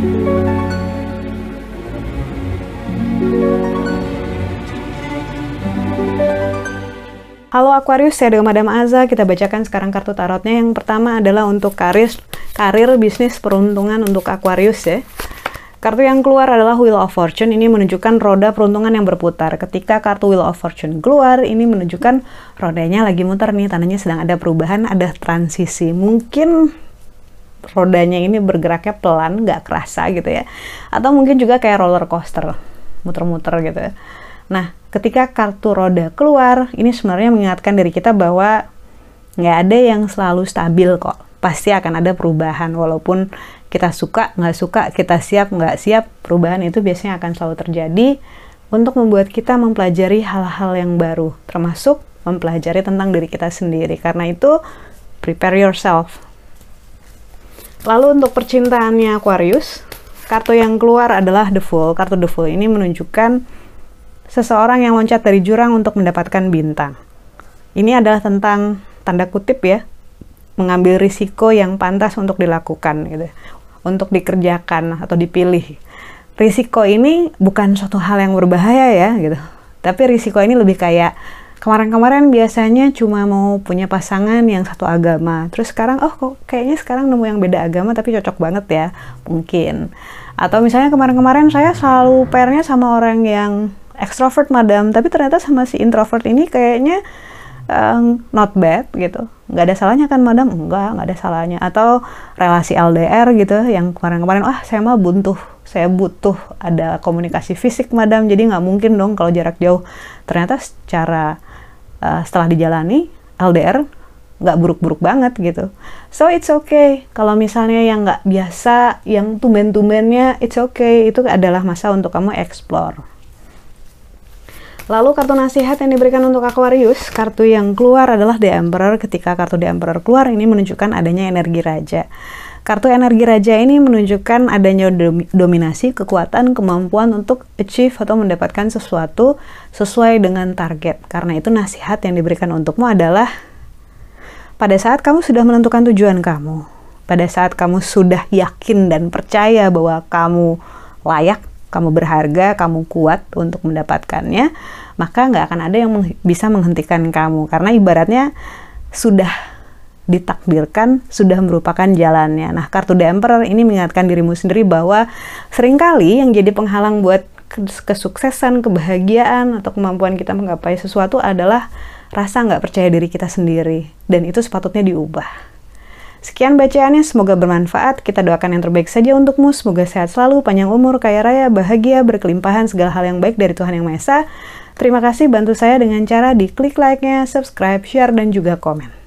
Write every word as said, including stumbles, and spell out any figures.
Halo Aquarius, saya dengan Madam Aza. Kita bacakan sekarang kartu tarotnya. Yang pertama adalah untuk karir, karir, bisnis, peruntungan untuk Aquarius ya. Kartu yang keluar adalah Wheel of Fortune. Ini menunjukkan roda peruntungan yang berputar. Ketika kartu Wheel of Fortune keluar, ini menunjukkan rodanya lagi muter nih. Tandanya sedang ada perubahan, ada transisi. Mungkin rodanya ini bergeraknya pelan, nggak kerasa gitu ya. Atau mungkin juga kayak roller coaster, muter-muter gitu ya. Nah, ketika kartu roda keluar, ini sebenarnya mengingatkan diri kita bahwa nggak ada yang selalu stabil kok. Pasti akan ada perubahan, walaupun kita suka, nggak suka, kita siap, nggak siap, perubahan itu biasanya akan selalu terjadi untuk membuat kita mempelajari hal-hal yang baru, termasuk mempelajari tentang diri kita sendiri. Karena itu, prepare yourself. Lalu untuk percintaannya Aquarius, kartu yang keluar adalah The Fool. Kartu The Fool ini menunjukkan seseorang yang loncat dari jurang untuk mendapatkan bintang. Ini adalah tentang, tanda kutip ya, mengambil risiko yang pantas untuk dilakukan, gitu, untuk dikerjakan atau dipilih. Risiko ini bukan suatu hal yang berbahaya ya, gitu. Tapi risiko ini lebih kayak, kemarin-kemarin biasanya cuma mau punya pasangan yang satu agama. Terus sekarang, oh kok kayaknya sekarang nemu yang beda agama tapi cocok banget ya, mungkin. Atau misalnya kemarin-kemarin saya selalu pairnya sama orang yang extrovert madam, tapi ternyata sama si introvert ini kayaknya um, not bad gitu. Nggak ada salahnya kan madam? Enggak, nggak ada salahnya. Atau relasi L D R gitu, yang kemarin-kemarin, ah saya mah butuh, saya butuh ada komunikasi fisik madam, jadi nggak mungkin dong kalau jarak jauh. Ternyata secara uh, setelah dijalani, L D R nggak buruk-buruk banget gitu. So it's okay. Kalau misalnya yang nggak biasa, yang tumben-tumbennya, it's okay. Itu adalah masa untuk kamu explore. Lalu kartu nasihat yang diberikan untuk Aquarius, kartu yang keluar adalah The Emperor. Ketika kartu The Emperor keluar, ini menunjukkan adanya energi raja. Kartu energi raja ini menunjukkan adanya dominasi, kekuatan, kemampuan untuk achieve atau mendapatkan sesuatu sesuai dengan target. Karena itu nasihat yang diberikan untukmu adalah, pada saat kamu sudah menentukan tujuan kamu, pada saat kamu sudah yakin dan percaya bahwa kamu layak, kamu berharga, kamu kuat untuk mendapatkannya, maka nggak akan ada yang meng- bisa menghentikan kamu. Karena ibaratnya sudah ditakdirkan, sudah merupakan jalannya. Nah, kartu The Emperor ini mengingatkan dirimu sendiri bahwa seringkali yang jadi penghalang buat kesuksesan, kebahagiaan, atau kemampuan kita menggapai sesuatu adalah rasa nggak percaya diri kita sendiri. Dan itu sepatutnya diubah. Sekian bacaannya, semoga bermanfaat. Kita doakan yang terbaik saja untukmu. Semoga sehat selalu, panjang umur, kaya raya, bahagia, berkelimpahan, segala hal yang baik dari Tuhan Yang Maha Esa. Terima kasih, bantu saya dengan cara di klik like-nya, subscribe, share, dan juga komen.